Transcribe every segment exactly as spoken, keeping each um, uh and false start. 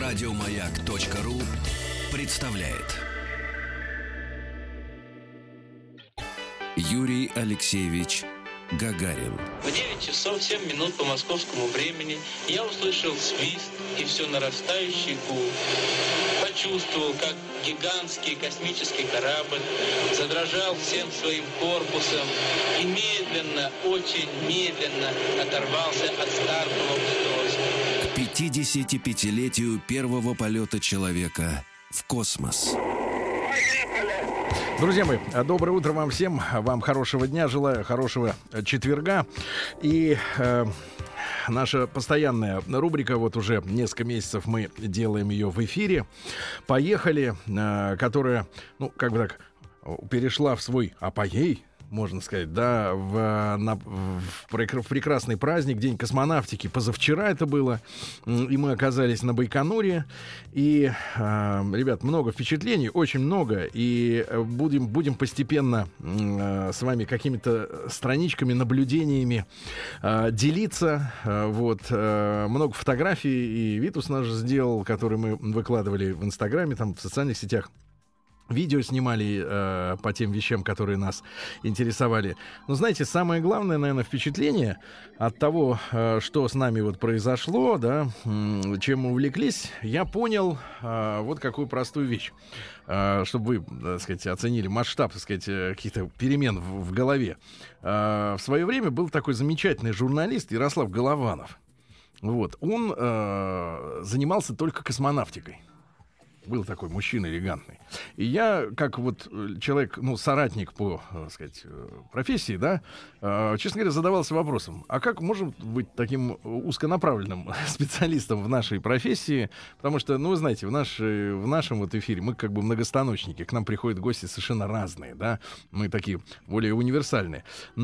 Радиомаяк.ру представляет. Юрий Алексеевич Гагарин. В девять часов семь минут по московскому времени я услышал свист и все нарастающий гул. Почувствовал, как гигантский космический корабль задрожал всем своим корпусом и медленно, очень медленно оторвался от стартового устройства. К пятидесятипятилетию первого полета человека в космос. Друзья мои, доброе утро вам всем. Вам хорошего дня, желаю хорошего четверга. И э, наша постоянная рубрика, вот уже несколько месяцев мы делаем ее в эфире. Поехали, э, которая, ну, как бы так, перешла в свой апогей, можно сказать, да, в, на, в, в прекрасный праздник, День космонавтики. Позавчера это было, и мы оказались на Байконуре. И, э, ребят, много впечатлений, очень много. И будем, будем постепенно э, с вами какими-то страничками, наблюдениями э, делиться. Э, вот, э, много фотографий и Витус наш сделал, которые мы выкладывали в Инстаграме, там, в социальных сетях. Видео снимали э, по тем вещам, которые нас интересовали. Но знаете, самое главное, наверное, впечатление от того, э, что с нами вот произошло, да, э, чем мы увлеклись, я понял э, вот какую простую вещь, э, чтобы вы, так сказать, оценили масштаб, так сказать, каких-то перемен в, в голове. Э, в свое время был такой замечательный журналист Ярослав Голованов. Вот, он э, занимался только космонавтикой. Был такой мужчина элегантный. И я, как вот человек, ну, соратник по, так сказать, профессии, да, э, честно говоря, задавался вопросом, а как можно быть таким узконаправленным специалистом в нашей профессии? Потому что, ну, вы знаете, в, нашей, в нашем вот эфире мы как бы многостаночники, к нам приходят гости совершенно разные, да, мы такие более универсальные.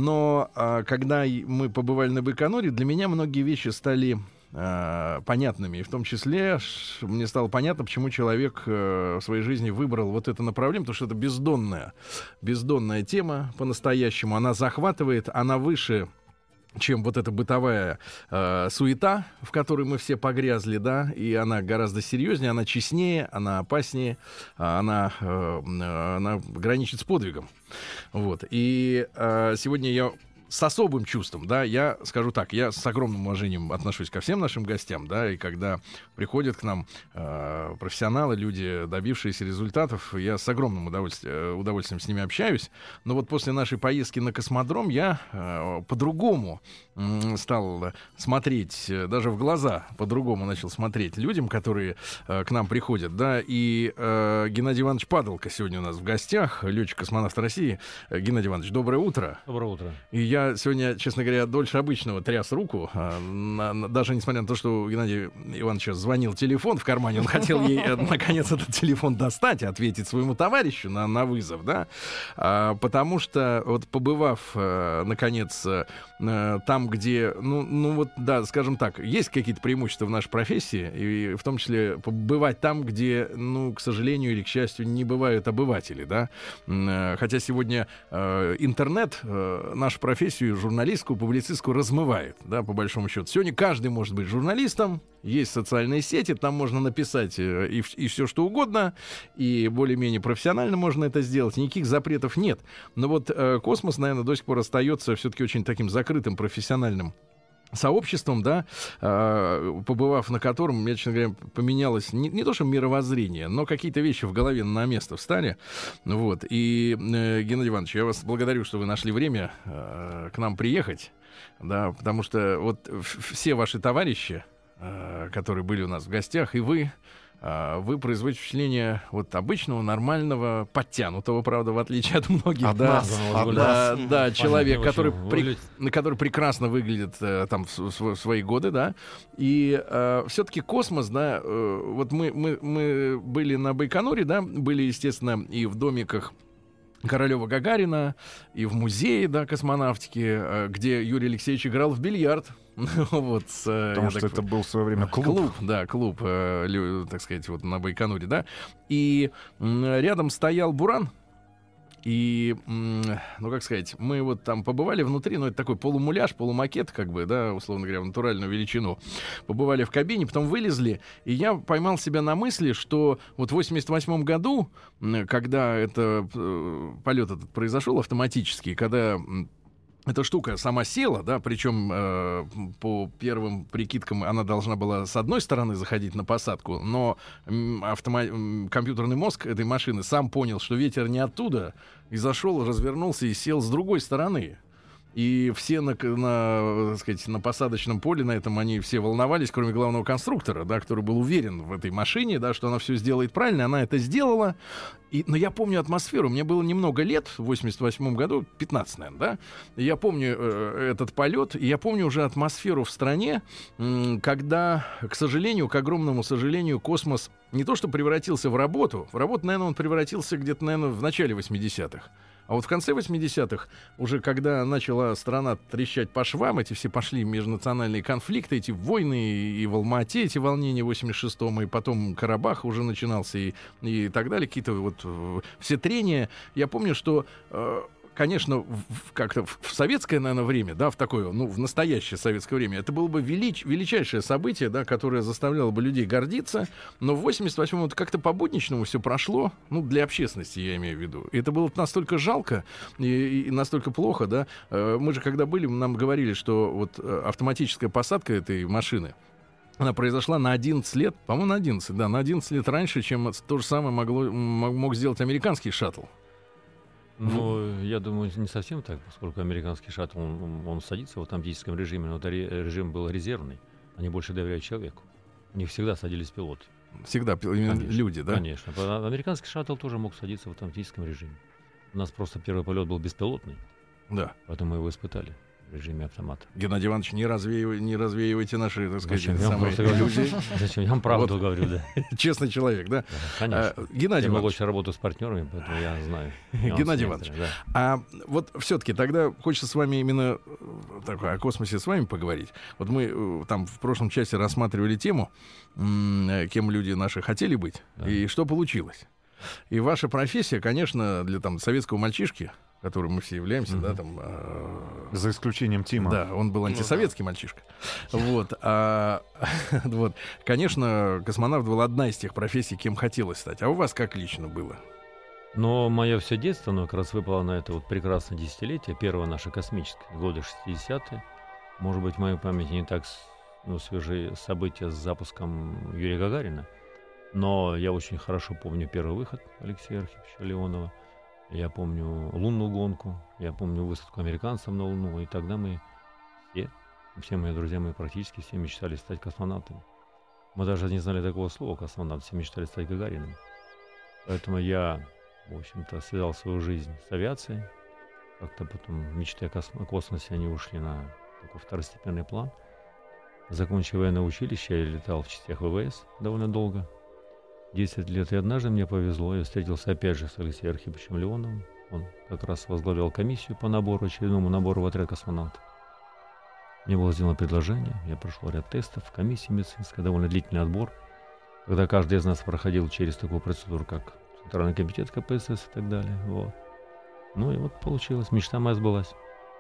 Но э, когда мы побывали на Байконуре, для меня многие вещи стали понятными. И в том числе мне стало понятно, почему человек в своей жизни выбрал вот это направление, потому что это бездонная, бездонная тема по-настоящему. Она захватывает, она выше, чем вот эта бытовая э, суета, в которой мы все погрязли, да, и она гораздо серьезнее, она честнее, она опаснее, она, э, она граничит с подвигом. Вот. И э, сегодня я с особым чувством, да, я скажу так, я с огромным уважением отношусь ко всем нашим гостям, да, и когда приходят к нам э, профессионалы, люди, добившиеся результатов, я с огромным удовольствием, удовольствием с ними общаюсь, но вот после нашей поездки на космодром я э, по-другому э, стал смотреть, э, даже в глаза по-другому начал смотреть людям, которые э, к нам приходят, да, и э, Геннадий Иванович Падалко сегодня у нас в гостях, летчик-космонавт России. Геннадий Иванович, доброе утро. Доброе утро. И я сегодня, честно говоря, дольше обычного тряс руку, а, на, на, даже несмотря на то, что у Геннадия Ивановича звонил телефон в кармане, он хотел ей, наконец, этот телефон достать и ответить своему товарищу на, на вызов, да, а, потому что, вот побывав, а, наконец, а, там, где, ну, ну, вот, да, скажем так, есть какие-то преимущества в нашей профессии, и в том числе побывать там, где, ну, к сожалению или к счастью, не бывают обыватели, да, а, хотя сегодня а, интернет а, нашу профессию журналистскую, публицистскую размывает, да, по большому счету. Сегодня каждый может быть журналистом, есть социальные сети, там можно написать и, и все что угодно, и более-менее профессионально можно это сделать, никаких запретов нет. Но вот э, космос, наверное, до сих пор остается все-таки очень таким закрытым профессиональным сообществом, да, э, побывав на котором, я, честно говоря, поменялось не, не то что мировоззрение, но какие-то вещи в голове на место встали. Вот. И, э, Геннадий Иванович, я вас благодарю, что вы нашли время э, к нам приехать, да, потому что вот все ваши товарищи, э, которые были у нас в гостях, и вы, вы производите впечатление вот обычного, нормального, подтянутого, правда, в отличие от многих, от да, нас, от да, нас. да, человек, который, при, который прекрасно выглядит э, там в, в, в свои годы, да, и э, все-таки космос, да, э, вот мы, мы, мы были на Байконуре, да, были, естественно, и в домиках Королева-Гагарина, и в музее, да, космонавтики, где Юрий Алексеевич играл в бильярд. Вот, потому что так, это был в свое время клуб. Клуб, да, клуб, э, так сказать, вот на Байконуре, да. И э, рядом стоял Буран. И, ну, как сказать, мы вот там побывали внутри, ну, это такой полумуляж, полумакет, как бы, да, условно говоря, в натуральную величину. Побывали в кабине, потом вылезли, и я поймал себя на мысли, что вот в восемьдесят восьмом году, когда это, полет этот произошел автоматически, когда эта штука сама села, да, причем э, по первым прикидкам она должна была с одной стороны заходить на посадку, но автомо- компьютерный мозг этой машины сам понял, что ветер не оттуда, и зашел, развернулся и сел с другой стороны. И все на, на, так сказать, на посадочном поле, на этом они все волновались, кроме главного конструктора, да, который был уверен в этой машине, да, что она все сделает правильно. Она это сделала. И, но я помню атмосферу. Мне было немного лет, в восемьдесят восьмом году, пятнадцать, наверное, да. И я помню э, этот полет, и я помню уже атмосферу в стране, э, когда, к сожалению, к огромному сожалению, космос не то что превратился в работу, в работу, наверное, он превратился где-то, наверное, в начале восьмидесятых. А вот в конце восьмидесятых, уже когда начала страна трещать по швам, эти все пошли межнациональные конфликты, эти войны, и в Алма-Ате эти волнения в восемьдесят шестом, и потом Карабах уже начинался, и, и так далее, какие-то вот все трения. Я помню, что... Э, конечно, в, как-то в, в советское, наверное, время, да, в такое, ну, в настоящее советское время, это было бы велич, величайшее событие, да, которое заставляло бы людей гордиться, но в восемьдесят восьмом это как-то по-будничному все прошло, ну, для общественности, я имею в виду. И это было настолько жалко и, и настолько плохо, да. Мы же, когда были, нам говорили, что вот автоматическая посадка этой машины, она произошла на одиннадцать лет, по-моему, на одиннадцать, да, на одиннадцать лет раньше, чем то же самое могло, мог сделать американский шаттл. Ну, я думаю, не совсем так, поскольку американский шаттл, он, он, он садится в автоматическом режиме, но это режим был резервный. Они больше доверяют человеку. У них всегда садились пилоты. Всегда именно люди, да? Конечно. Американский шаттл тоже мог садиться в автоматическом режиме. У нас просто первый полет был беспилотный. Да. Поэтому мы его испытали в режиме автомата. Геннадий Иванович, не, развеивай, не развеивайте наши, так сказать, Зачем? самые иллюзии. Зачем? Я вам правду говорю, да. Честный человек, да? Конечно. Геннадий я много Иванович. очень работаю с партнерами, поэтому я знаю. Геннадий Иванович, а вот все-таки тогда хочется с вами именно такое, о космосе с вами поговорить. Вот мы там в прошлом часе рассматривали тему, кем люди наши хотели быть, и что получилось. И ваша профессия, конечно, для там советского мальчишки, которым мы все являемся, mm-hmm. да, там... Э, За исключением Тима. Да, он был антисоветский мальчишка. Вот, а, вот. Конечно, космонавт был одна из тех профессий, кем хотелось стать. А у вас как лично было? Но мое все детство, оно как раз выпало на это вот прекрасное десятилетие, первое наше космическое, годы шестидесятые. Может быть, в моей памяти не так ну, свежие события с запуском Юрия Гагарина, но я очень хорошо помню первый выход Алексея Архиповича Леонова. Я помню лунную гонку, я помню высадку американцев на Луну, и тогда мы все, все мои друзья, мы практически все мечтали стать космонавтами. Мы даже не знали такого слова космонавт, все мечтали стать Гагарином. Поэтому я, в общем-то, связал свою жизнь с авиацией. Как-то потом мечты о космо- космосе, они ушли на такой второстепенный план. Закончив военное училище, я летал в частях ВВС довольно долго. десять лет, и однажды мне повезло, я встретился опять же с Алексеем Архиповичем Леоновым. Он как раз возглавлял комиссию по набору, очередному набору в отряд космонавтов. Мне было сделано предложение, я прошел ряд тестов, комиссия медицинская, довольно длительный отбор, когда каждый из нас проходил через такую процедуру, как Центральный комитет ка пэ эс эс и так далее. Вот. Ну и вот получилось, мечта моя сбылась.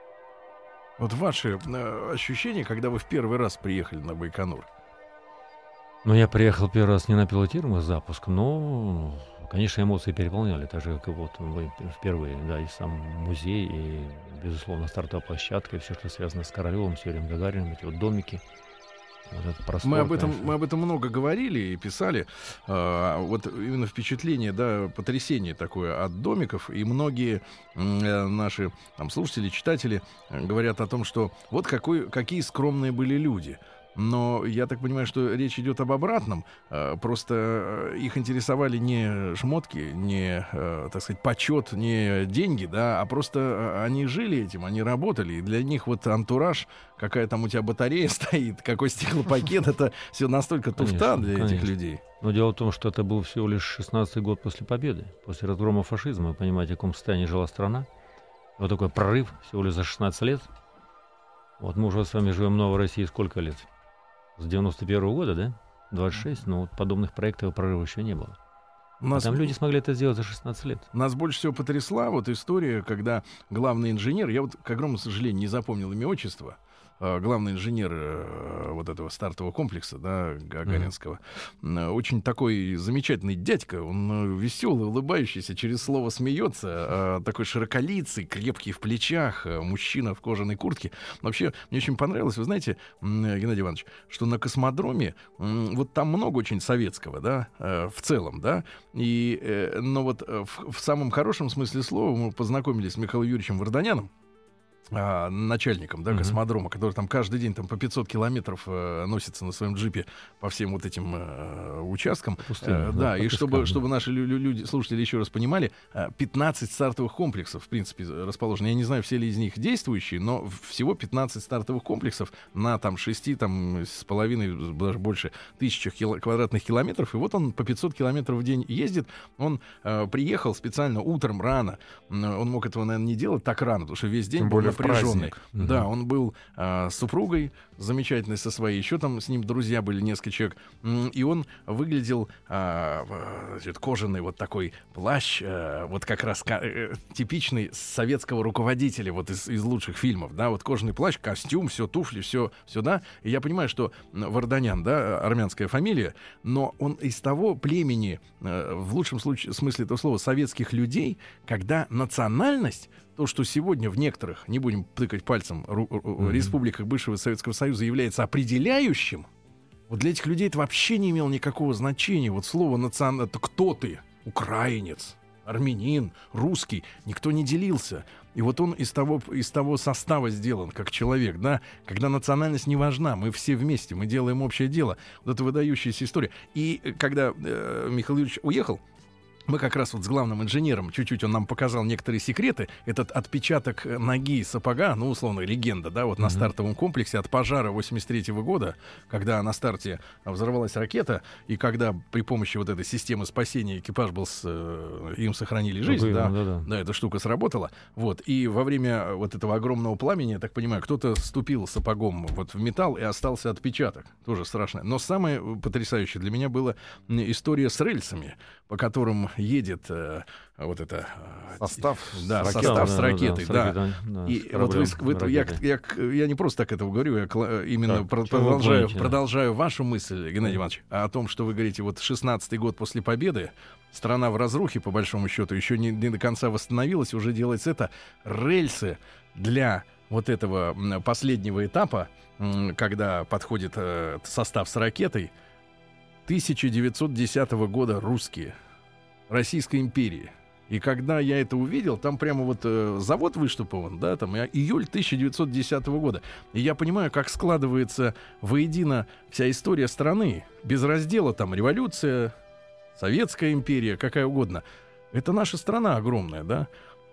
Вот ваши э, ощущения, когда вы в первый раз приехали на Байконур? Ну, я приехал первый раз не на пилотируемый запуск, но, конечно, эмоции переполняли, так же, как и вот вы впервые, да, и сам музей, и, безусловно, стартовая площадка, и все, что связано с Королевым, с Юрием Гагариным, эти вот домики. Вот этот простор, мы, об этом, конечно. мы об этом много говорили и писали. А, вот именно впечатление, да, потрясение такое от домиков. И многие м, наши там, слушатели, читатели говорят о том, что вот какой, какие скромные были люди. Но я так понимаю, что речь идет об обратном. Просто их интересовали не шмотки, не, так сказать, почет, не деньги, да, а просто они жили этим, они работали. И для них вот антураж, какая там у тебя батарея стоит, какой стеклопакет, это все настолько туфта для этих людей. Но дело в том, что это был всего лишь шестнадцатый год после победы, после разгрома фашизма. Вы понимаете, в каком состоянии жила страна. Вот такой прорыв всего лишь за шестнадцать лет. Вот мы уже с вами живем в Новой России сколько лет? С девяносто первого года, да? двадцать шесть, но вот подобных проектов и прорыва еще не было. Нас, а там люди смогли это сделать за шестнадцать лет. Нас больше всего потрясла вот история, когда главный инженер, я вот, к огромному сожалению, не запомнил имя, отчество, главный инженер э, вот этого стартового комплекса, да, Гагаринского, mm-hmm. очень такой замечательный дядька, он веселый, улыбающийся, через слово смеется, э, такой широколицый, крепкий в плечах, э, мужчина в кожаной куртке. Вообще, мне очень понравилось, вы знаете, э, Геннадий Иванович, что на космодроме, э, вот там много очень советского, да, э, в целом, да, и, э, но вот э, в, в самом хорошем смысле слова мы познакомились с Михаилом Юрьевичем Варданяном, начальником, да, космодрома, uh-huh. который там каждый день там, по пятьсот километров э, носится на своем джипе по всем вот этим э, участкам. Пустыня, э, да, да и чтобы, да. чтобы наши лю- люди, слушатели еще раз понимали, пятнадцать стартовых комплексов, в принципе, расположены. Я не знаю, все ли из них действующие, но всего пятнадцать стартовых комплексов на там шести, там, с половиной, даже больше тысячах кило- квадратных километров. И вот он по пятьсот километров в день ездит. Он э, приехал специально утром рано. Он мог этого, наверное, не делать так рано, потому что весь день был напряженный. Mm-hmm. Да, он был э, с супругой замечательной со своей, еще там с ним друзья были, несколько человек, и он выглядел э, значит, кожаный вот такой плащ, э, вот как раз э, типичный советского руководителя вот из, из лучших фильмов, да, вот кожаный плащ, костюм, все, туфли, все, все, да, и я понимаю, что Варданян, да, армянская фамилия, но он из того племени, э, в лучшем случае, смысле этого слова, советских людей, когда национальность, то, что сегодня в некоторых, не будем тыкать пальцем, ру- mm-hmm. республиках бывшего Советского Союза является определяющим, вот для этих людей это вообще не имело никакого значения. Вот слово «национальность» — это кто ты? Украинец, армянин, русский. Никто не делился. И вот он из того, из того состава сделан, как человек, да, когда национальность не важна, мы все вместе, мы делаем общее дело. Вот это выдающаяся история. И когда э, Михаил Юрьевич уехал, мы как раз вот с главным инженером, чуть-чуть он нам показал некоторые секреты. Этот отпечаток ноги и сапога, ну, условно, легенда, да, вот mm-hmm. на стартовом комплексе от пожара восемьдесят третьего года, когда на старте взорвалась ракета, и когда при помощи вот этой системы спасения экипаж был с... им сохранили жизнь, okay, да, да, да. да, эта штука сработала. Вот, и во время вот этого огромного пламени, я так понимаю, кто-то ступил сапогом вот в металл, и остался отпечаток. Тоже страшно. Но самое потрясающее для меня была история с рельсами, по которым едет э, вот это состав, да, с состав да, с да, ракетой, да. да. да и вот вы, вы, я, я, я не просто так этого говорю, я именно так, про, продолжаю, помните, продолжаю да. вашу мысль, Геннадий Иванович, о том, что вы говорите, вот шестнадцатый год после победы, страна в разрухе, по большому счету, еще не, не до конца восстановилась, уже делается это, рельсы для вот этого последнего этапа, когда подходит э, состав с ракетой, тысяча девятьсот десятого года русские, Российской империи. И когда я это увидел, там прямо вот э, завод выштупован, да, там июль тысяча девятьсот десятого года. И я понимаю, как складывается воедино вся история страны. Без раздела там революция, Советская империя, какая угодно. Это наша страна огромная, да.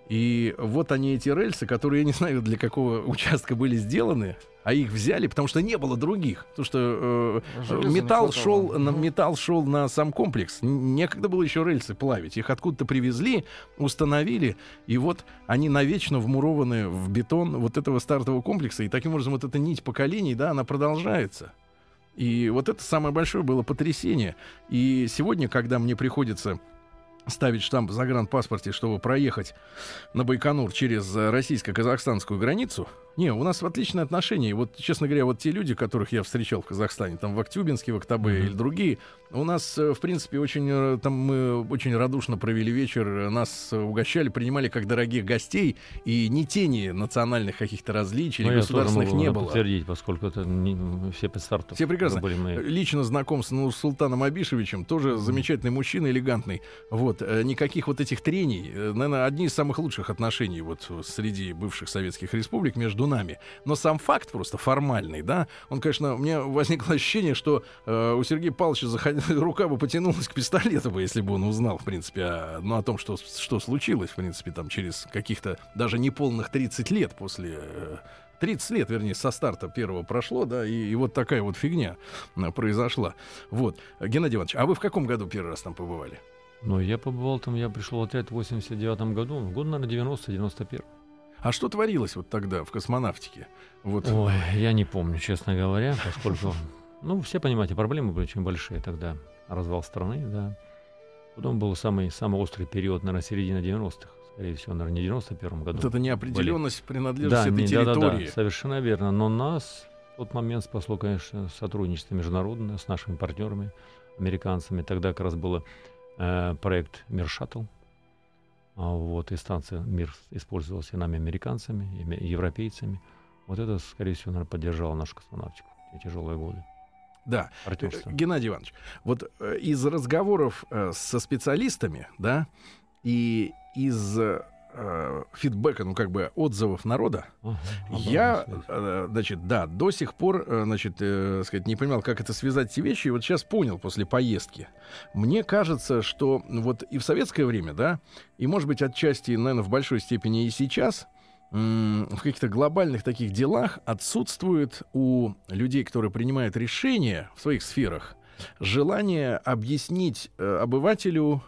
И вот они, эти рельсы, которые, я не знаю, для какого участка были сделаны, а их взяли, потому что не было других. Потому что э, металл, шел, на, металл шел на сам комплекс. Некогда было еще рельсы плавить. Их откуда-то привезли, установили, и вот они навечно вмурованы в бетон вот этого стартового комплекса. И таким образом вот эта нить поколений, да, она продолжается. И вот это самое большое было потрясение. И сегодня, когда мне приходится ставить штамп в загранпаспорте, чтобы проехать на Байконур через российско-казахстанскую границу. Не, у нас отличные отношения. И вот, честно говоря, вот те люди, которых я встречал в Казахстане, там в Актюбинске, в Актабе mm-hmm. или другие, у нас, в принципе, очень, там мы очень радушно провели вечер, нас угощали, принимали как дорогих гостей, и ни тени национальных каких-то различий или государственных не было. Подтвердить, поскольку это не, все стартов. Все прекрасно. Были мои. Лично знаком с Нурсултаном Абишевичем, тоже mm-hmm. замечательный мужчина, элегантный. Вот, никаких вот этих трений, наверное, одни из самых лучших отношений вот среди бывших советских республик между нами. Но сам факт просто формальный, да, он, конечно, у меня возникло ощущение, что э, у Сергея Павловича заход... рука бы потянулась к пистолету бы, если бы он узнал, в принципе, о, ну, о том, что, что случилось, в принципе, там через каких-то даже неполных тридцать лет после... Э, тридцать лет, вернее, со старта первого прошло, да, и, и вот такая вот фигня произошла. Вот. Геннадий Иванович, а вы в каком году первый раз там побывали? Ну, я побывал там, я пришел в отряд в восемьдесят девятом году, год, наверное, девяностый девяносто первый. А что творилось вот тогда в космонавтике? Вот. Ой, я не помню, честно говоря, поскольку, ну, все понимаете, проблемы были очень большие тогда. Развал страны, да. Потом был самый, самый острый период, наверное, середина девяностых. Скорее всего, наверное, не в девяносто первом году. Вот это неопределенность были. принадлежности да, этой не, территории. Да, да, да, совершенно верно. Но нас в тот момент спасло, конечно, сотрудничество международное с нашими партнерами, американцами. Тогда как раз был э, проект «Мир Шаттл». А, вот, и станция «Мир» использовалась и нами, американцами, и европейцами. Вот это, скорее всего, наверное, поддержало нашу космонавтику в те тяжелые годы. Да, Геннадий Иванович, вот э, из разговоров э, со специалистами, да, и из э, фидбэка, ну, как бы отзывов народа, ага, я, э, значит, да, до сих пор, э, значит, э, сказать, не понимал, как это связать эти вещи, и вот сейчас понял после поездки. Мне кажется, что вот и в советское время, да, и, может быть, отчасти, наверное, в большой степени и сейчас, в каких-то глобальных таких делах отсутствует у людей, которые принимают решения в своих сферах, желание объяснить э, обывателю,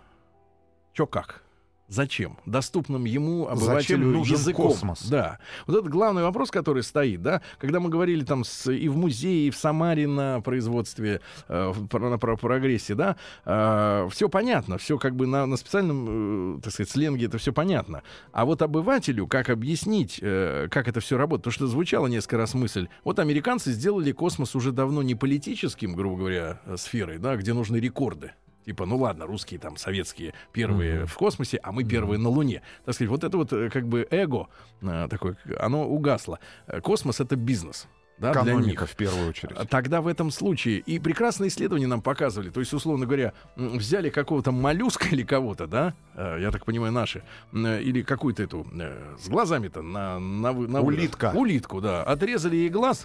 что как. Зачем? Доступным ему, обывателю, языком. Космос? Да. Вот это главный вопрос, который стоит, да. Когда мы говорили там с, и в музее, и в Самаре на производстве, э, про, на про прогрессе, да, э, все понятно, все как бы на, на специальном, э, так сказать, сленге это все понятно. А вот обывателю, как объяснить, э, как это все работает? Потому что звучала несколько раз мысль, вот американцы сделали космос уже давно не политическим, грубо говоря, сферой, да, где нужны рекорды. Типа, ну ладно, русские там, советские первые mm-hmm. в космосе, а мы первые mm-hmm. на Луне. Так сказать, вот это вот как бы эго э, такое, оно угасло. Космос — это бизнес. Да, экономика, для них. В первую очередь. Тогда в этом случае, и прекрасные исследования нам показывали, то есть, условно говоря, взяли какого-то моллюска или кого-то, да, я так понимаю, наши, или какую-то эту, с глазами-то, на, на, на улитка. Улитку, да, отрезали ей глаз,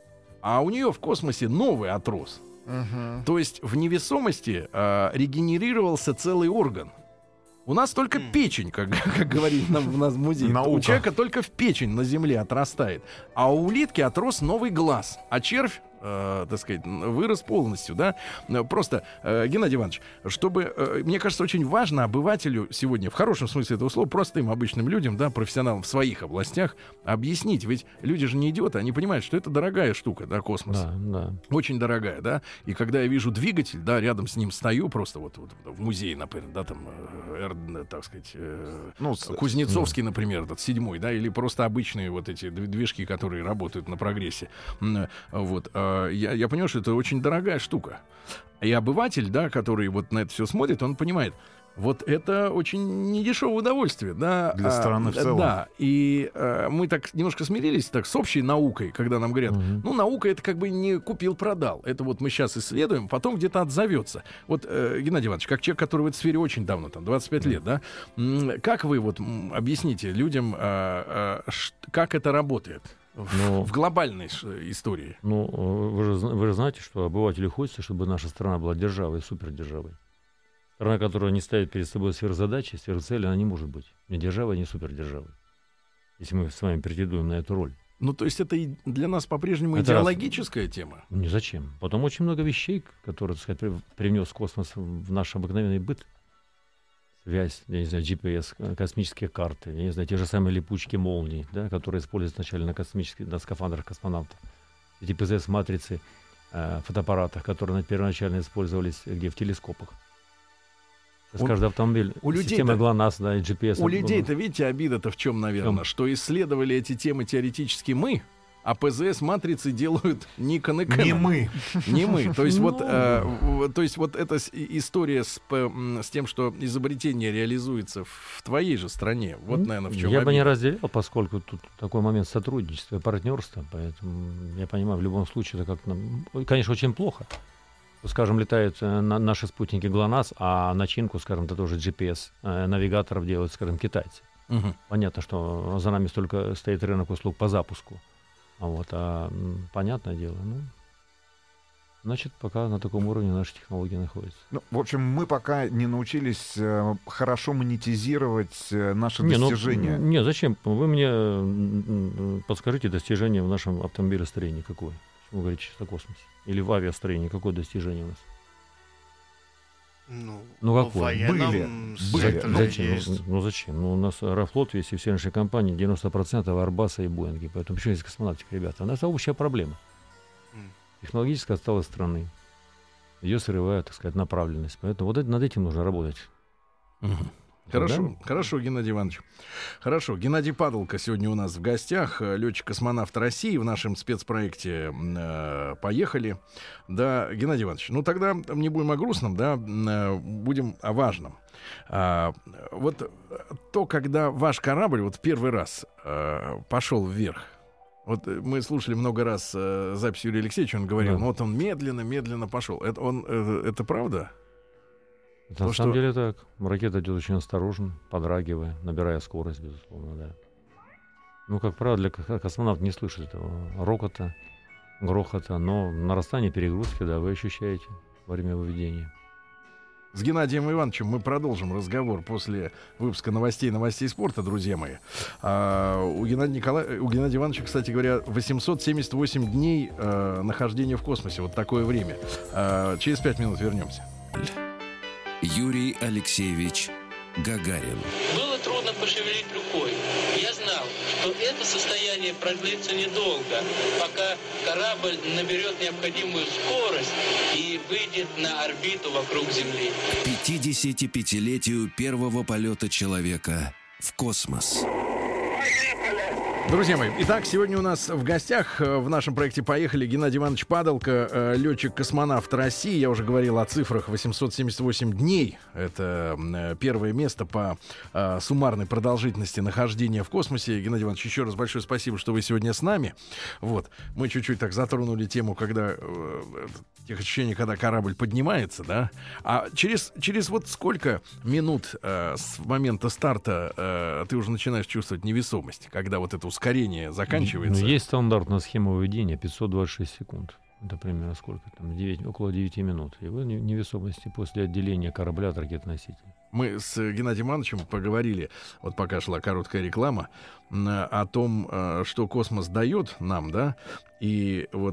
а у нее в космосе новый отрос. Uh-huh. То есть в невесомости э, регенерировался целый орган. У нас только mm. печень, как, как говорит нам в нас в музее. Наука. У человека только в печень на Земле отрастает. А у улитки отрос новый глаз. А червь, э, так сказать, вырос полностью, да. Просто, э, Геннадий Иванович, чтобы, э, мне кажется, очень важно обывателю сегодня, в хорошем смысле этого слова, простым обычным людям, да, профессионалам в своих областях, объяснить. Ведь люди же не идиоты, они понимают, что это дорогая штука, да, космос. Да, да. Очень дорогая, да. И когда я вижу двигатель, да, рядом с ним стою, просто вот, вот в музее, например, да, там, э, так сказать, э, ну, Кузнецовский, да. например, этот седьмой, да, или просто обычные вот эти движки, которые работают на прогрессе. Вот. Я, я понимаю, что это очень дорогая штука. И обыватель, да, который вот на это все смотрит, он понимает, вот это очень недешевое удовольствие, да. Для страны а, в целом. Да, и а, мы так немножко смирились так с общей наукой, когда нам говорят, uh-huh. ну, наука — это как бы не купил-продал. Это вот мы сейчас исследуем, потом где-то отзовется. Вот, э, Геннадий Иванович, как человек, который в этой сфере очень давно, там, двадцать пять uh-huh. лет, да, как вы вот объясните людям, а, а, ш, как это работает? В, ну, в глобальной истории. Ну, вы же, вы же знаете, что обывателю хочется, чтобы наша страна была державой, супердержавой. Страна, которая не ставит перед собой сверхзадачи, сверхцели, она не может быть ни державой, ни супердержавой. Если мы с вами претендуем на эту роль. Ну, то есть это и для нас по-прежнему это идеологическая раз... тема? Не зачем. Потом очень много вещей, которые, так сказать, привнес космос в наш обыкновенный быт. Связь, я не знаю, джи пи эс, космические карты, я не знаю, те же самые липучки молний, да, которые используются вначале на космических, на скафандрах космонавтов. Эти пэ зэ эс-матрицы, э, фотоаппаратах, которые первоначально использовались где? В телескопах. У, каждый автомобиль, у система ГЛОНАСС, да, и джи пи эс. У людей-то, видите, обида-то в чем, наверное, в что исследовали эти темы теоретически мы, а пэ зэ эс-матрицы делают Nikon и Canon. Не мы. Не мы. То есть, вот, э, то есть вот эта история с, с тем, что изобретение реализуется в твоей же стране, вот, наверное, в чем Я обида. бы не разделял, поскольку тут такой момент сотрудничества и партнерства, поэтому я понимаю, в любом случае это как-то, конечно, очень плохо. Скажем, летают на наши спутники ГЛОНАСС, а начинку, скажем, это тоже джи пи эс навигаторов делают, скажем, китайцы. Угу. Понятно, что за нами столько стоит рынок услуг по запуску. А вот, а понятное дело, ну, значит, пока на таком уровне наши технологии находятся. Ну, в общем, мы пока не научились э, хорошо монетизировать э, наши не, достижения. Ну, не, зачем? Вы мне подскажите достижение в нашем автомобилестроении какое? Вы говорите сейчас о космосе. Или в авиастроении какое достижение у нас? Ну, ну какое? Были. Были. Зачем? Ну, ну зачем? Ну, у нас Аэрофлот, весь и все наши компании, девяносто процентов Арбаса и Боинги. Поэтому почему есть космонавтика, ребята? У нас общая проблема. Mm. Технологическая отсталость страны. Ее срывает, так сказать, направленность. Поэтому вот это, над этим нужно работать. Угу. Хорошо, да? Хорошо, Геннадий Иванович. Хорошо. Геннадий Падалко сегодня у нас в гостях, летчик-космонавт России в нашем спецпроекте э, «Поехали». Да, Геннадий Иванович, ну тогда не будем о грустном, да, будем о важном. А, вот то, когда ваш корабль вот первый раз э, пошел вверх, вот мы слушали много раз э, запись Юрия Алексеевича, он говорил, да. ну вот он медленно-медленно пошел. Это, он, это, это правда? Это на самом что... деле так. Ракета идет очень осторожно, подрагивая, набирая скорость, безусловно, да. Ну, как правило, для космонавта не слышит этого рокота, грохота, но нарастание перегрузки, да, вы ощущаете во время выведения. С Геннадием Ивановичем мы продолжим разговор после выпуска новостей новостей спорта, друзья мои. А, у, Геннадия Никола... у Геннадия Ивановича, кстати говоря, восемьсот семьдесят восемь дней а, нахождения в космосе. Вот такое время. А, через пять минут вернемся. Юрий Алексеевич Гагарин. Было трудно пошевелить рукой. Я знал, что это состояние продлится недолго, пока корабль наберет необходимую скорость и выйдет на орбиту вокруг Земли. К пятидесятипятилетию первого полета человека в космос. Друзья мои, итак, сегодня у нас в гостях в нашем проекте «Поехали» Геннадий Иванович Падалко, летчик-космонавт России. Я уже говорил о цифрах восемьсот семьдесят восемь дней. Это первое место по а, суммарной продолжительности нахождения в космосе. Геннадий Иванович, еще раз большое спасибо, что вы сегодня с нами. Вот. Мы чуть-чуть так затронули тему, когда э, тех ощущений, когда корабль поднимается, да? А через, через вот сколько минут э, с момента старта э, ты уже начинаешь чувствовать невесомость, когда вот это ускорение заканчивается? Ну, есть стандартная схема выведения пятьсот двадцать шесть секунд. Это примерно сколько там? девять, около девяти минут. И вы в невесомости после отделения корабля от ракет-носителя. Мы с Геннадием Ивановичем поговорили, вот пока шла короткая реклама, о том, что космос дает нам, да, и вот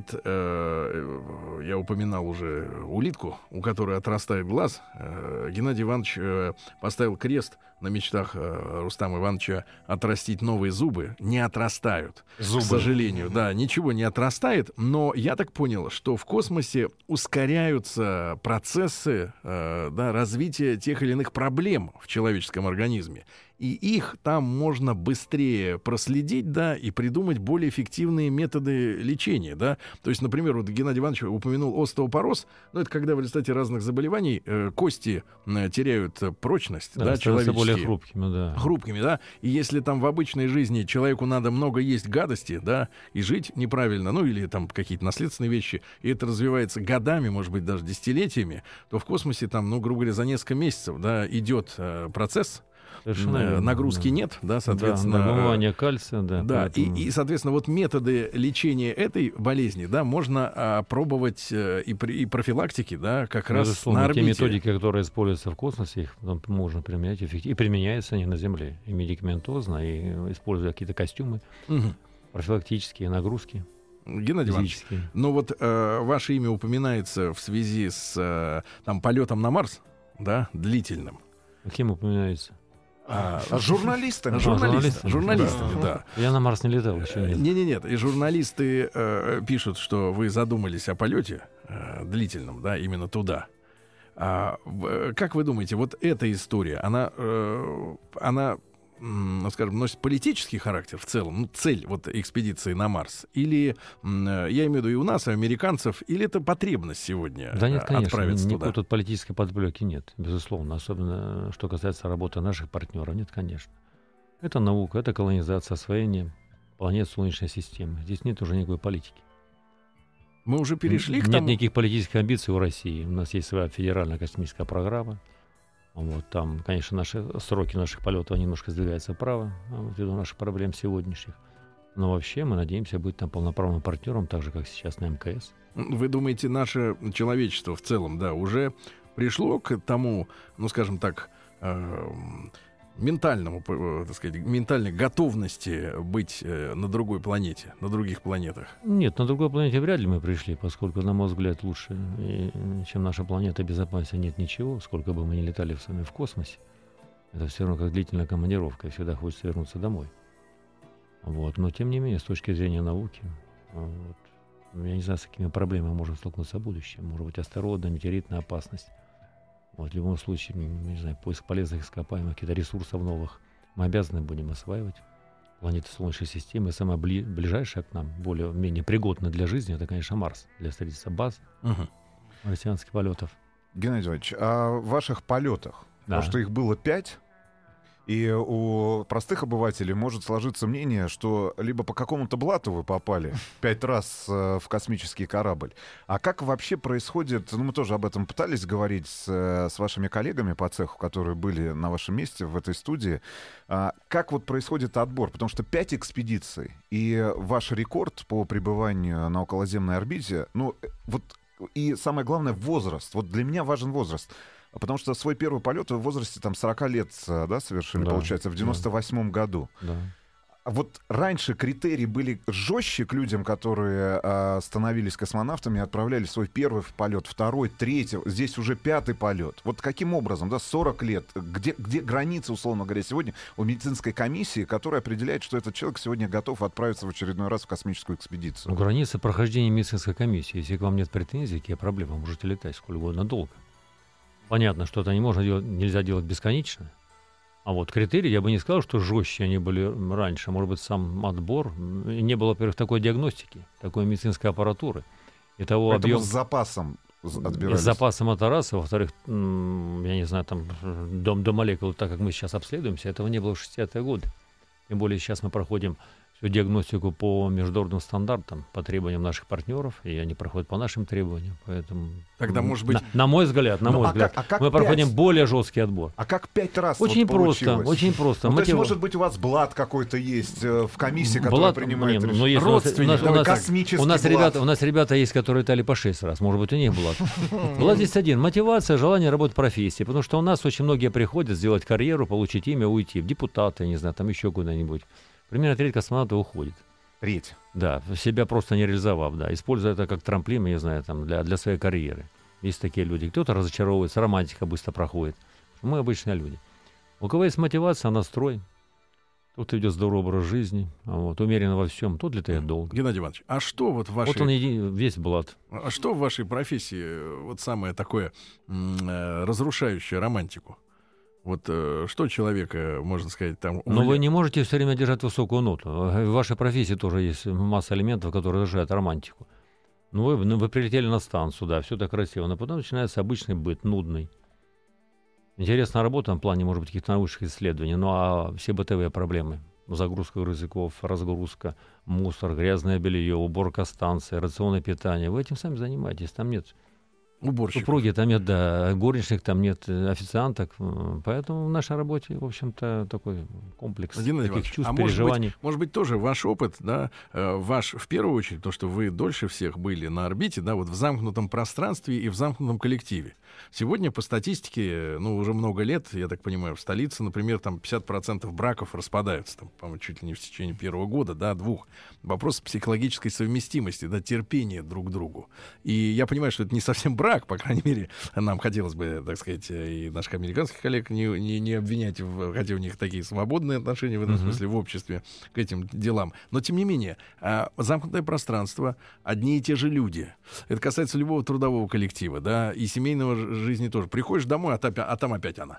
э, я упоминал уже улитку, у которой отрастает глаз. Э, Геннадий Иванович э, поставил крест на мечтах э, Рустама Ивановича отрастить новые зубы. Не отрастают, зубы. К сожалению. Да, ничего не отрастает, но я так понял, что в космосе ускоряются процессы э, да, развития тех или иных проблем в человеческом организме. И их там можно быстрее проследить, да, и придумать более эффективные методы лечения, да. То есть, например, вот Геннадий Иванович упомянул остеопороз. Ну, это когда в результате разных заболеваний э, кости э, теряют прочность, да, да человеческие. Более хрупкими, да. Хрупкими, да. И если там в обычной жизни человеку надо много есть гадости, да, и жить неправильно, ну, или там какие-то наследственные вещи, и это развивается годами, может быть, даже десятилетиями, то в космосе там, ну, грубо говоря, за несколько месяцев, да, идет э, процесс. Совершенно нагрузки да. нет, да, соответственно. Да, набывание кальция, да. Да, поэтому... и, и, соответственно, вот методы лечения этой болезни, да, можно а, пробовать а, и, и профилактики, да, как Безусловно, раз на орбите. Те методики, которые используются в космосе, их можно применять эффективно. И применяются они на Земле. И медикаментозно, и используя какие-то костюмы, угу. профилактические нагрузки. Геннадий Иванович, ну вот э, ваше имя упоминается в связи с э, там, полетом на Марс, да, длительным. Кем упоминается? А, а журналистами, а, журналистами, журналистами, да. да. Я на Марс не летал еще нет. Не, не, нет. И журналисты э, пишут, что вы задумались о полете э, длительном, да, именно туда. А, э, как вы думаете, вот эта история, она, э, она, ну, скажем, носит политический характер в целом, ну, цель вот экспедиции на Марс, или, э, я имею в виду и у нас, и у американцев, или это потребность сегодня да нет, конечно, отправиться ни, туда? Никакой тут политической подоплеки нет, безусловно, особенно что касается работы наших партнеров, нет, конечно. Это наука, это колонизация, освоение планет Солнечной системы. Здесь нет уже никакой политики. Мы уже перешли нет, к тому... Нет никаких политических амбиций у России. У нас есть своя федеральная космическая программа. Вот, там, конечно, наши сроки наших полетов немножко сдвигаются вправо, ввиду наших проблем сегодняшних. Но вообще мы надеемся быть там полноправным партнером, так же, как сейчас на эм ка эс. Вы думаете, наше человечество в целом, да, уже пришло к тому, ну, скажем так, э, ментальному, э, так сказать, ментальной готовности быть э, на другой планете, на других планетах? Нет, на другой планете вряд ли мы пришли, поскольку, на мой взгляд, лучше, и, чем наша планета, безопаснее нет ничего, сколько бы мы ни летали с вами в космосе. Это все равно как длительная командировка, и всегда хочется вернуться домой. Вот. Но, тем не менее, с точки зрения науки, вот, я не знаю, с какими проблемами можно столкнуться в будущем. Может быть, астероидная, метеоритная опасность. Вот, в любом случае, не знаю, поиск полезных ископаемых, каких-то ресурсов новых мы обязаны будем осваивать. Планеты Солнечной системы, самая бли- ближайшая к нам, более-менее пригодна для жизни, это, конечно, Марс, для строительства баз, Угу. марсианских полетов. Геннадий Иванович, о ваших полетах. Да. Потому что их было пять, и у простых обывателей может сложиться мнение, что либо по какому-то блату вы попали пять раз э, в космический корабль. А как вообще происходит, ну мы тоже об этом пытались говорить с, э, с вашими коллегами по цеху, которые были на вашем месте в этой студии, а, как вот происходит отбор? Потому что пять экспедиций, и ваш рекорд по пребыванию на околоземной орбите, ну э, вот, и самое главное, возраст. Вот для меня важен возраст. Потому что свой первый полет вы в возрасте там, сорок лет, да, совершили, Да, получается, в девяносто восьмом году. Да. А вот раньше критерии были жестче к людям, которые а, становились космонавтами, отправляли свой первый полет, второй, третий, здесь уже пятый полет. Вот каким образом, да, сорок лет, где, где граница, условно говоря, сегодня у медицинской комиссии, которая определяет, что этот человек сегодня готов отправиться в очередной раз в космическую экспедицию? Ну, граница прохождения медицинской комиссии. Если к вам нет претензий, какие проблемы, можете летать сколь угодно долго. Понятно, что это не можно делать, нельзя делать бесконечно. А вот критерии, я бы не сказал, что жестче они были раньше. Может быть, сам отбор. Не было, во-первых, такой диагностики, такой медицинской аппаратуры. И того Поэтому объем... с запасом отбирались. С запасом это раз. Во-вторых, м, я не знаю, там до, до молекул, так как мы сейчас обследуемся, этого не было в шестидесятые годы. Тем более сейчас мы проходим всю диагностику по международным стандартам, по требованиям наших партнеров, и они проходят по нашим требованиям. Поэтому, Тогда, м, может быть- на, на мой взгляд, на Ну, мой а взгляд, как- а как мы проходим пять? более жесткий отбор. А как пять раз Очень вот просто, получилось? очень просто. Ну, то есть, Мотив- может быть, у вас блат какой-то есть э, в комиссии, которая Блат- принимает не, ну, решение? есть у нас- Родственник, у нас- у давай, нас- космический у нас блат. ребята, у нас ребята есть, которые летали по шесть раз. Может быть, у них блат. Блат здесь один. Мотивация, желание работать в профессии. Потому что у нас очень многие приходят сделать карьеру, получить имя, уйти в депутаты, не знаю, там еще куда-нибудь. Примерно треть космонавтов уходит. Треть. Да, себя просто не реализовав, да, используя это как трамплин, я не знаю, там, для, для своей карьеры. Есть такие люди. Кто-то разочаровывается, романтика быстро проходит. Мы обычные люди. У кого есть мотивация, настрой, тот ведет здоровый образ жизни, а вот, умеренно во всем, тот летает долго. Геннадий Иванович, а что вот в вашей... Вот он еди- весь блат. А что в вашей профессии э, вот самое такое м, э, разрушающее романтику? Вот э, что человека, можно сказать, там... Но увле- вы не можете все время держать высокую ноту. В вашей профессии тоже есть масса элементов, которые разрушают романтику. Ну вы, ну, вы прилетели на станцию, да, все так красиво, но потом начинается обычный быт, нудный. Интересная работа в плане, может быть, каких-то научных исследований, ну а все бытовые проблемы. Загрузка грузовиков, разгрузка, мусор, грязное белье, уборка станции, рационное питание. Вы этим сами занимаетесь, там нет Уборщиков. супруги, там нет, да, горничных, там нет э, официанток. М, Поэтому в нашей работе, в общем-то, такой комплекс Геннадий таких Иванович, чувств, а может переживаний. быть, может быть, тоже ваш опыт, да, э, ваш, в первую очередь, то, что вы дольше всех были на орбите, да, вот в замкнутом пространстве и в замкнутом коллективе. Сегодня по статистике, ну, уже много лет, я так понимаю, в столице, например, там пятьдесят процентов браков распадаются, там, по-моему, чуть ли не в течение первого года, да, двух. Вопрос психологической совместимости, да, терпения друг к другу. И я понимаю, что это не совсем брак, по крайней мере, нам хотелось бы, так сказать, и наших американских коллег не, не, не обвинять, в, хотя у них такие свободные отношения в этом Мгм. смысле в обществе к этим делам. Но, тем не менее, а, замкнутое пространство, одни и те же люди. Это касается любого трудового коллектива, да, и семейного ж- жизни тоже. Приходишь домой, а, та- а там опять она.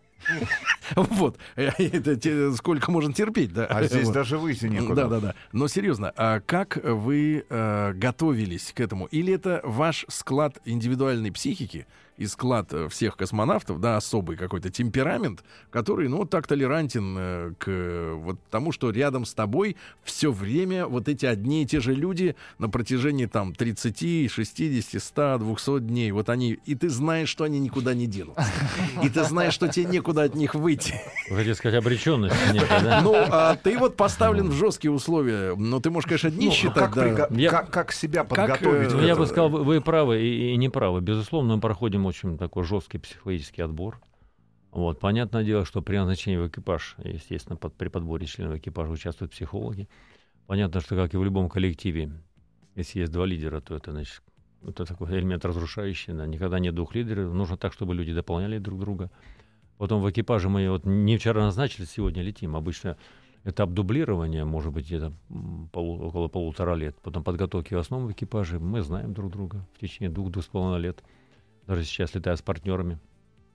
Вот. Это те- сколько можно терпеть, да? А здесь Вот. даже выйти некуда. Да, да, да. Но серьезно, а как вы э, готовились к этому? Или это ваш склад индивидуальной психики и склад э, всех космонавтов, да, особый какой-то темперамент, который, ну, так толерантен э, к э, вот тому, что рядом с тобой все время вот эти одни и те же люди на протяжении там тридцати, шестидесяти, ста, двухсот дней. Вот они, и ты знаешь, что они никуда не денутся. И ты знаешь, что тебе некуда от них выйти. Вы хотите сказать, обреченность некая, да? Ну, а ты вот поставлен в жесткие условия. Но ты можешь, конечно, одни Ну, считать, как, да. приго- Я- как- как себя Как, подготовить? э, к Ну, я этому? бы сказал, вы, вы правы и, и не правы. Безусловно, мы проходим очень такой жесткий психологический отбор. Вот. Понятное дело, что при назначении в экипаж, естественно, под, при подборе членов экипажа участвуют психологи. Понятно, что, как и в любом коллективе, если есть два лидера, то это, значит, это такой элемент разрушающий. Да. Никогда нет двух лидеров. Нужно так, чтобы люди дополняли друг друга. Потом в экипаже мы вот не вчера назначили, сегодня летим. Обычно этап дублирования, может быть, где-то м, полу- около полутора лет. Потом подготовки в основном в экипаже. Мы знаем друг друга в течение двух-двух с половиной лет. Даже сейчас летая с партнерами.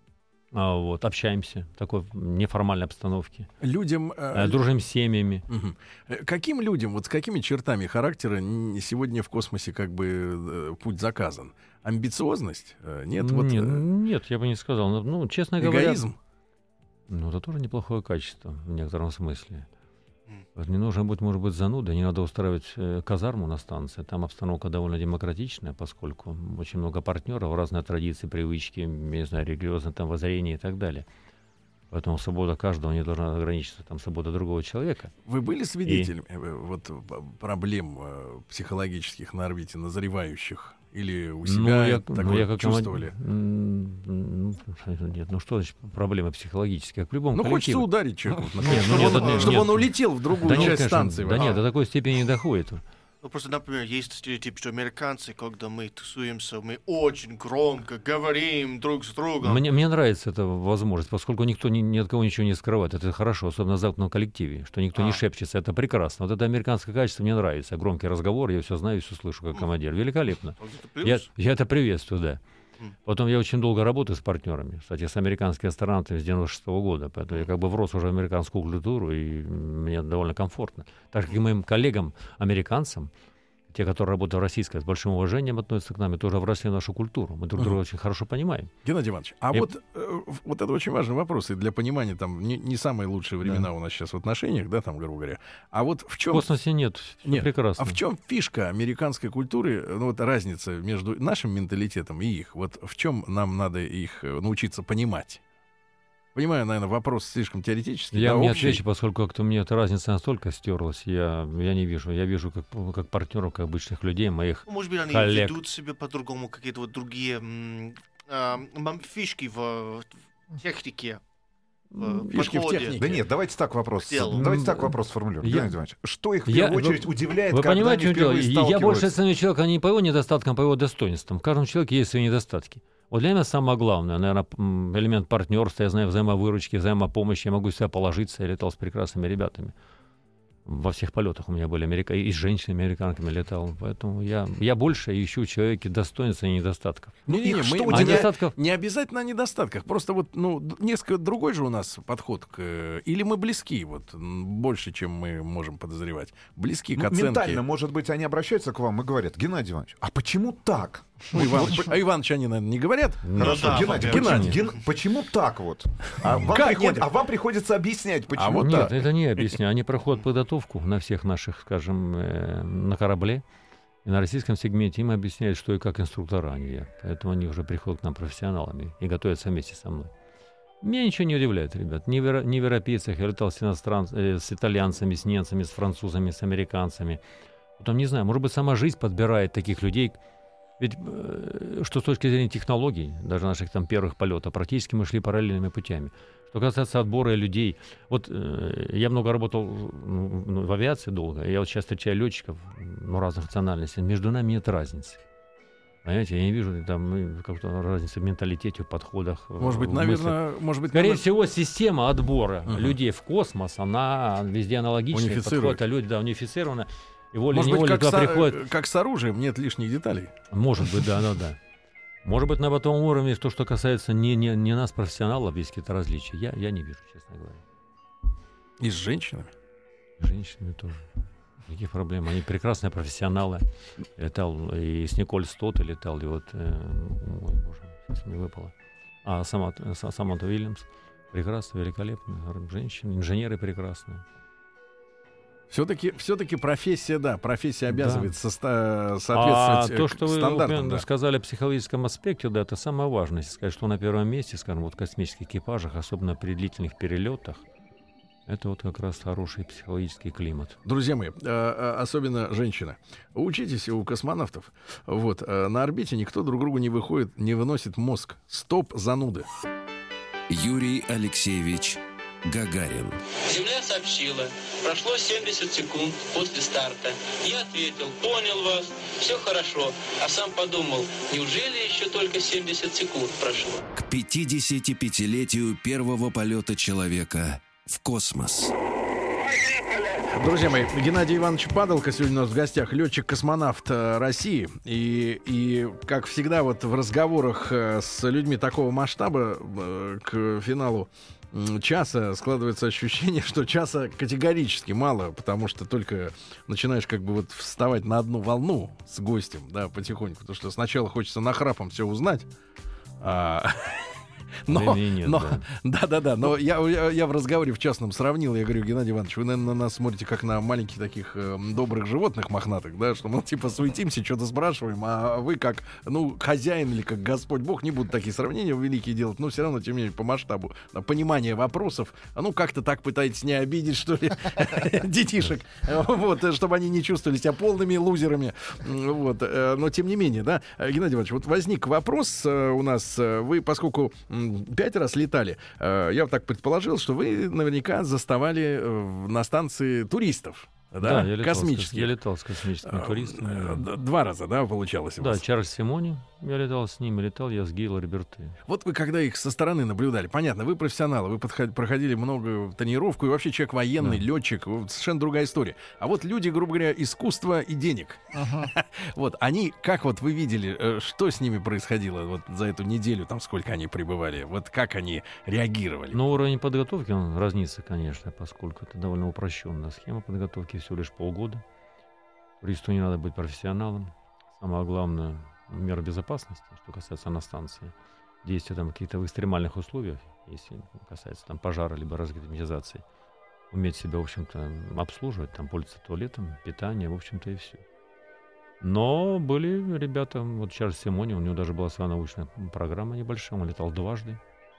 А, вот, общаемся в такой неформальной обстановке. Людям... Э, дружим с семьями. Угу. Каким людям, вот с какими чертами характера сегодня в космосе как бы путь заказан? Амбициозность? Нет? Вот, нет, нет, я бы не сказал. Ну, честно говоря... Эгоизм? Ну, это тоже неплохое качество в некотором смысле. Вот не нужно быть, может быть, занудой, не надо устраивать э, казарму на станции. Там обстановка довольно демократичная, поскольку очень много партнеров, разные традиции, привычки, не знаю, религиозное там воззрение и так далее. Поэтому свобода каждого не должна ограничиться там свобода другого человека. Вы были свидетелями и... вот, проблем э, психологических на орбите, назревающих? Или у себя ну, я, такое ну, я как чувствовали? Ну, нет, ну что значит проблемы психологические? Как в любом ну, коллективе. хочется ударить человека, Нет, чтобы он улетел в другую да часть нет, конечно, станции. Да нет, до такой степени не доходит. Ну, просто, например, есть стереотип, что американцы, когда мы тусуемся, мы очень громко говорим друг с другом. Мне, мне нравится эта возможность, поскольку никто ни, ни от кого ничего не скрывает. Это хорошо, особенно в замкнутом коллективе, что никто а. не шепчется. Это прекрасно. Вот это американское качество мне нравится. Громкий разговор, я все знаю, все слышу как командир. Великолепно. Я, я это приветствую, да. Потом я очень долго работаю с партнерами, кстати, с американскими астронавтами с девяносто шестого года, поэтому я как бы врос уже в американскую культуру, и мне довольно комфортно. Так как и моим коллегам, американцам, те, которые работают в российской, с большим уважением относятся к нам, и тоже вросли в нашу культуру. Мы друг друга uh-huh. очень хорошо понимаем. Геннадий Иванович, а и... вот, э, вот это очень важный вопрос, и для понимания, там, не, не самые лучшие времена да. у нас сейчас в отношениях, да, там, грубо говоря. А вот в чем... В космосе нет, нет. прекрасно. А в чем фишка американской культуры, ну, вот разница между нашим менталитетом и их? Вот в чем нам надо их научиться понимать? Понимаю, наверное, вопрос слишком теоретический. Я да, не общий. отвечу, поскольку как-то мне эта разница настолько стерлась, я, я не вижу. Я вижу как, как партнеров, как обычных людей, моих Может быть, они коллег. ведут себя по-другому, какие-то вот другие м- а- фишки в, в технике. В фишки в технике. Да нет, давайте так вопрос. Давайте так вопрос сформулируем. Я, Геннадий Иванович, что их в первую я, очередь вы, удивляет, вы когда понимаете, они впервые сталкиваются? Я больше оцениваю человека не по его недостаткам, а по его достоинствам. В каждом человеке есть свои недостатки. Вот для меня самое главное, наверное, элемент партнерства, я знаю, взаимовыручки, взаимопомощи, я могу себя положиться, я летал с прекрасными ребятами. Во всех полетах у меня были америка... и с женщинами, американками летал. Поэтому я, я больше ищу в человеке достоинств и недостатков. Не-не-не, мы, а мы недостатков... не, не обязательно о недостатках. Просто вот, ну, несколько другой же у нас подход к... Или мы близки, вот, больше, чем мы можем подозревать. Близки к ну, оценке. Ментально, может быть, они обращаются к вам и говорят: Геннадий Иванович, а почему так? Ну, Иваныч, а Иваныч они, наверное, не говорят? Хорошо, да, Геннадий, Геннадий, Ген... почему так вот? А вам, приход... а вам приходится объяснять, почему а вот так? Нет, это не объясняю. Они проходят подготовку на всех наших, скажем, э, на корабле. И на российском сегменте им объясняют, что и как инструктора они. Поэтому они уже приходят к нам профессионалами и готовятся вместе со мной. Меня ничего не удивляет, ребят. Ни в, ни в европейцах, я летал с, иностран... э, с итальянцами, с немцами, с французами, с американцами. Потом, не знаю, может быть, сама жизнь подбирает таких людей. Ведь что с точки зрения технологий, даже наших там первых полетов, практически мы шли параллельными путями. Что касается отбора людей, вот э, я много работал ну, в авиации долго, я вот сейчас встречаю летчиков ну, разных национальностей, между нами нет разницы. Понимаете, я не вижу там какой-то разницы в менталитете, в подходах. Может быть, в наверное, может быть, Скорее наверное... всего, система отбора uh-huh. людей в космос, она везде аналогичная, подход, а люди, да, унифицированы. И волей-неволей как, туда со, приходит... как с оружием, нет лишних деталей. Может быть, да, да, да. Может быть, на этом уровне, то, что касается не, не, не нас, профессионалов, есть какие-то различия. Я, я не вижу, честно говоря. И с женщинами? С женщинами тоже. Никаких проблем. Они прекрасные профессионалы. Летал и с Николь Стот, и летал, и вот... Э, ой, боже, сейчас мне выпало. А Саманта, Саманта Уильямс. Прекрасно, великолепно. Женщины, инженеры прекрасные. Все-таки, все-таки профессия, да, профессия обязывает да. со- А соответствовать то, что стандартам. вы да. сказали о психологическом аспекте, да, это самое важное. Если сказать, что на первом месте, скажем, вот в космических экипажах, особенно при длительных перелетах, это вот как раз хороший психологический климат. Друзья мои, особенно женщины, учитесь у космонавтов. Вот, на орбите никто друг другу не выходит, не выносит мозг. Стоп, зануды. Юрий Алексеевич Гагарин. Земля сообщила, прошло семьдесят секунд после старта. Я ответил, понял вас, все хорошо. А сам подумал, неужели еще только семьдесят секунд прошло? К пятидесятипятилетию первого полета человека в космос. Поехали! Друзья мои, Геннадий Иванович Падалко сегодня у нас в гостях, летчик-космонавт э, России. И, и, как всегда, вот в разговорах э, с людьми такого масштаба э, к финалу м, часа складывается ощущение, что часа категорически мало, потому что только начинаешь как бы вот вставать на одну волну с гостем, да, потихоньку. Потому что сначала хочется нахрапом все узнать, а... Но, нет, но, да. да, да, да. Но я, я, я в разговоре в частном сравнил. Я говорю: Геннадий Иванович, вы, наверное, на нас смотрите как на маленьких таких э, добрых животных мохнатых, да, что мы типа суетимся, что-то спрашиваем, а вы как, ну, хозяин или как Господь Бог, не буду такие сравнения великие делать, но все равно, тем не менее, по масштабу понимания вопросов, ну, как-то так пытаетесь не обидеть, что ли, детишек, вот, чтобы они не чувствовали себя полными лузерами, вот. Но тем не менее, да, Геннадий Иванович, вот возник вопрос у нас, вы, поскольку пять раз летали, я вот так предположил, что вы наверняка заставали на станции туристов. Да, да, я летал, космические. С, я летал с космическими а, туристами. Два раза, да, получалось у да, вас? Да, Чарльз Симони, я летал с ним, летал я с Гейл Либерте. Вот вы когда их со стороны наблюдали, понятно, вы профессионалы, вы подход, проходили много тренировку, и вообще человек военный, да. летчик, совершенно другая история. А вот люди, грубо говоря, искусства и денег. Uh-huh. Вот, они, как вот вы видели, что с ними происходило вот за эту неделю, там сколько они пребывали, вот как они реагировали? Ну, уровень подготовки, он разнится, конечно, поскольку это довольно упрощенная схема подготовки, всего лишь полгода. Туристу не надо быть профессионалом. Самое главное — мера безопасности, что касается на станции. Действия там какие-то в экстремальных условиях, если касается там пожара либо разгерметизации. Уметь себя, в общем-то, обслуживать, там пользоваться туалетом, питание, в общем-то, и все. Но были ребята, вот Чарльз Симони, у него даже была своя научная программа небольшая, он летал дважды.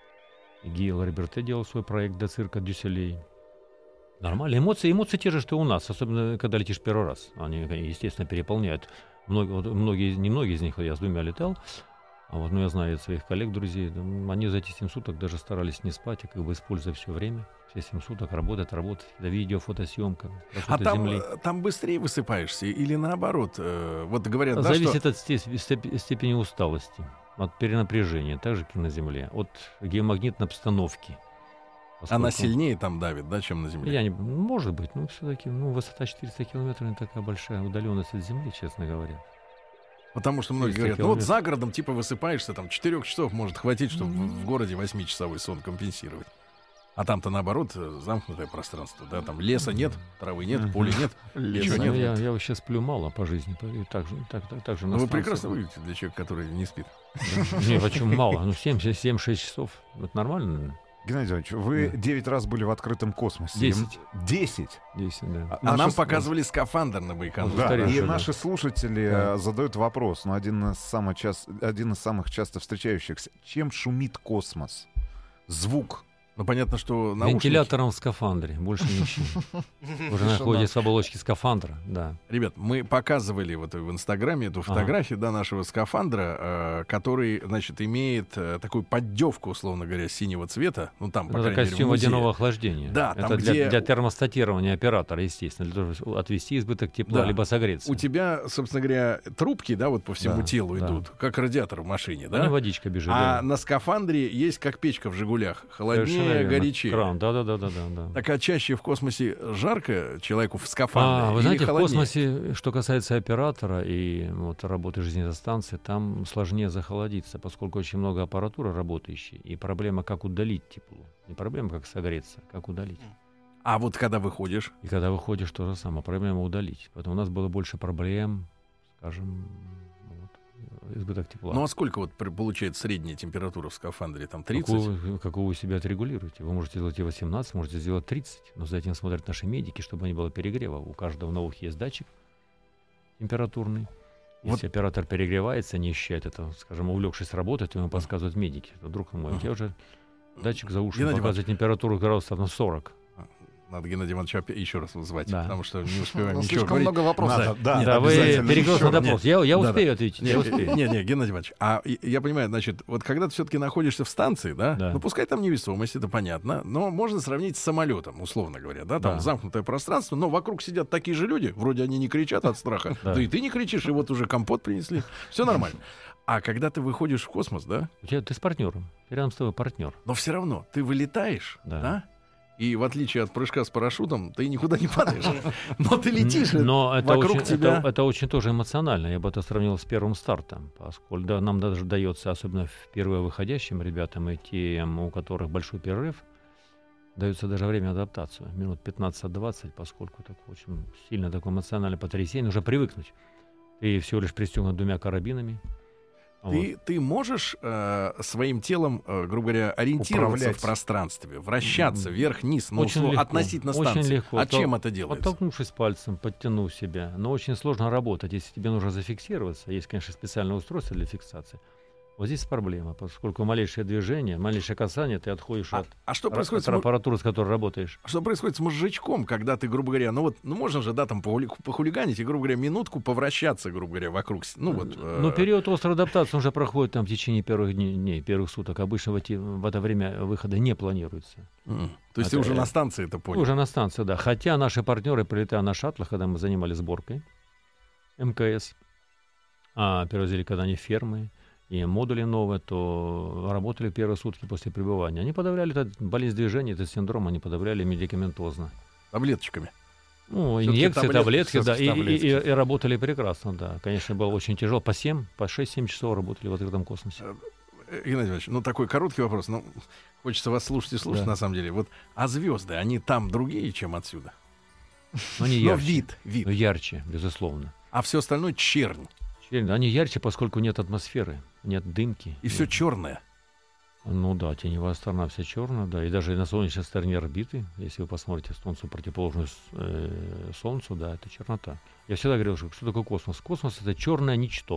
И Гейл Либерте делал свой проект до цирка Дюсселей. Нормально. Эмоции, эмоции те же, что и у нас, особенно когда летишь первый раз. Они, естественно, переполняют. Многие, вот, многие, не многие из них, я с двумя летал, а вот, ну, я знаю своих коллег, друзей, они за эти семь суток даже старались не спать, и как бы используя все время. Все семь суток работать, работать, видео, фотосъемка. А там, там быстрее высыпаешься или наоборот? Э, вот говорят, зависит да, что... от степени усталости, от перенапряжения, так же, как и на Земле, от геомагнитной обстановки. Поскольку... Она сильнее там давит, да, чем на Земле? Я не... Может быть, но все-таки ну, высота четыреста километров не такая большая удаленность от Земли, честно говоря. Потому что многие говорят, ну вот за городом типа высыпаешься, там четырех часов может хватить, чтобы mm-hmm. в, в городе восьмичасовой сон компенсировать. А там-то наоборот замкнутое пространство, да, там леса нет, травы нет, поля нет, ничего нет. Я, я вообще сплю мало по жизни, и так же, так, так, так же на Ну вы станции. прекрасно выглядите для человека, который не спит. Не, почему мало? Ну семь-шесть часов, это нормально, наверное. Геннадий Иванович, вы да. девять раз были в открытом космосе. Десять. Десять? Десять, да. А, а наши... нам показывали скафандр на Байконуре. Да, да, и да. наши слушатели да. задают вопрос, ну, один из, самых часто, один из самых часто встречающихся. Чем шумит космос? Звук. Ну, понятно, что наушники... Вентилятором в скафандре, больше ничего. Уже находится в оболочке скафандра, да. Ребят, мы показывали вот в Инстаграме эту фотографию, ага. да, нашего скафандра, э, который, значит, имеет э, такую поддевку, условно говоря, синего цвета. Ну, там, по это крайней костюм мере, водяного охлаждения. Да, это там, для, где... для термостатирования оператора, естественно, для того, чтобы отвести избыток тепла, да. либо согреться. У тебя, собственно говоря, трубки, да, вот по всему да, телу да. идут, как радиатор в машине, да? А не водичка бежит. А да. на скафандре есть как печка в «Жигулях». Холоднее, горячее. Да, да, да, да, да, да. Так а чаще в космосе жарко человеку в скафандре? А, вы или знаете, холоднее? в космосе, что касается оператора и вот, работы железной станции, там сложнее захолодиться, поскольку очень много аппаратуры работающей, и проблема, как удалить тепло. Не проблема, как согреться, как удалить. А вот когда выходишь? И когда выходишь, то же самое. Проблема удалить. Поэтому у нас было больше проблем, скажем, избыток тепла. Ну а сколько вот получается средняя температура в скафандре? Там тридцать? Какую, какую вы себя отрегулируете? Вы можете сделать и восемнадцать, можете сделать тридцать, но за этим смотрят наши медики, чтобы не было перегрева. У каждого на ухе есть датчик температурный. Если вот. Оператор перегревается, не ощущает это, скажем, увлекшись работать, то ему подсказывают медики. Друг мой, uh-huh. я уже датчик за уши показывает температуру градусов на сорок. Надо Геннадия Ивановича еще раз вызвать, да. потому что не успеваем ну, ничего слишком говорить. много вопросов. Надо, да, да, да вы перегрузили вопрос. Я, я успею да, ответить. Не, я успею. не, не, Геннадий Иванович, а я понимаю, значит, вот когда ты все-таки находишься в станции, да, да, ну пускай там невесомость, это понятно, но можно сравнить с самолетом, условно говоря, да, там да. замкнутое пространство, но вокруг сидят такие же люди, вроде они не кричат от страха, да и ты не кричишь, и вот уже компот принесли, все нормально. А когда ты выходишь в космос, да? У тебя ты с партнером, рядом с тобой партнер. Но все равно ты вылетаешь, да? И в отличие от прыжка с парашютом, ты никуда не падаешь. Но ты летишь, Но это вокруг очень, тебя... Это, это очень тоже эмоционально. Я бы это сравнил с первым стартом. Поскольку да, нам даже дается, особенно впервые выходящим ребятам и тем, у которых большой перерыв, дается даже время адаптации. Минут пятнадцать-двадцать, поскольку это очень сильно такое эмоциональное потрясение. Нужно привыкнуть. Ты всего лишь пристегнут двумя карабинами. Ты, Вот. ты можешь э, своим телом, э, грубо говоря, ориентироваться Управлять. в пространстве, вращаться вверх-вниз, но Очень услов- легко. относительно Очень станции. легко. А То- чем это делается? Оттолкнувшись пальцем, подтянув себя. Но очень сложно работать, если тебе нужно зафиксироваться. Есть, конечно, специальное устройство для фиксации. Вот здесь проблема, поскольку малейшее движение, малейшее касание, ты отходишь А, от, а что ра- происходит от с, му- аппаратуры, с которой работаешь. что происходит с мозжечком, когда ты, грубо говоря, ну вот, ну можно же, да, там похули- похулиганить и, грубо говоря, минутку повращаться, грубо говоря, вокруг, с- ну вот. э, Но период острой адаптации уже проходит там в течение первых дней, дней первых суток. Обычно в, эти, в это время выхода не планируется. м. То есть ты это- уже на станции это понял. Уже на станции, да. Хотя наши партнеры, прилетая на шаттлах, когда мы занимались сборкой МКС, а перевозили когда они фермы и модули новые, то работали первые сутки после пребывания. Они подавляли этот болезнь движения, этот синдром, они подавляли медикаментозно. Таблеточками. Ну, Всё-таки инъекции, таблетки, таблетки, да, и, всё-таки и- и- таблетки. и работали прекрасно, да. Конечно, было очень тяжело. По семь, по шесть-семь часов работали в открытом космосе. Э, Геннадий Иванович, ну такой короткий вопрос, ну хочется вас слушать и слушать Да. на самом деле. Вот, а звезды, они там другие, чем отсюда? Но они Но ярче. вид, вид. Но ярче, безусловно. А все остальное чернь. Черт, они ярче, поскольку нет атмосферы, нет дымки. И все черное. Ну да, теневая сторона вся черная, да. И даже на солнечной стороне орбиты, если вы посмотрите Солнцу противоположную с- э, Солнцу, да, это чернота. Я всегда говорил, что что такое космос? Космос — это черное ничто.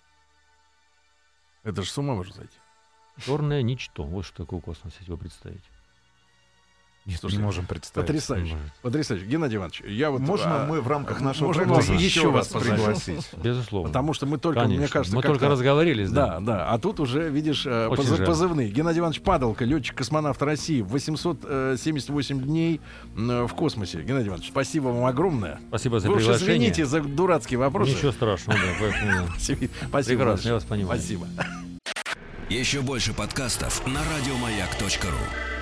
Это же с ума можно зайти. Черное ничто. Вот что такое космос, если вы представите. Нет, Слушай, не можем представить. Потрясающе. Может. Потрясающе. Геннадий Иванович, я вот... Можно а, мы в рамках нашего можно проекта вас еще еще раз раз пригласить? Безусловно. Потому что мы только, Конечно. мне кажется, мы как-то- только разговорились, да. Да, да. А тут уже, видишь, э, Очень позы- жаль. позывные. Геннадий Иванович Падалко, летчик-космонавт России, восемьсот семьдесят восемь дней м, в космосе. Геннадий Иванович, спасибо вам огромное. Спасибо за Вы уж приглашение. извините за дурацкие вопросы. Ничего страшного, да. Поэтому, да. Спасибо. Прекрасно, большое. я вас понимаю. Спасибо. Еще больше подкастов на радиомаяк точка ру.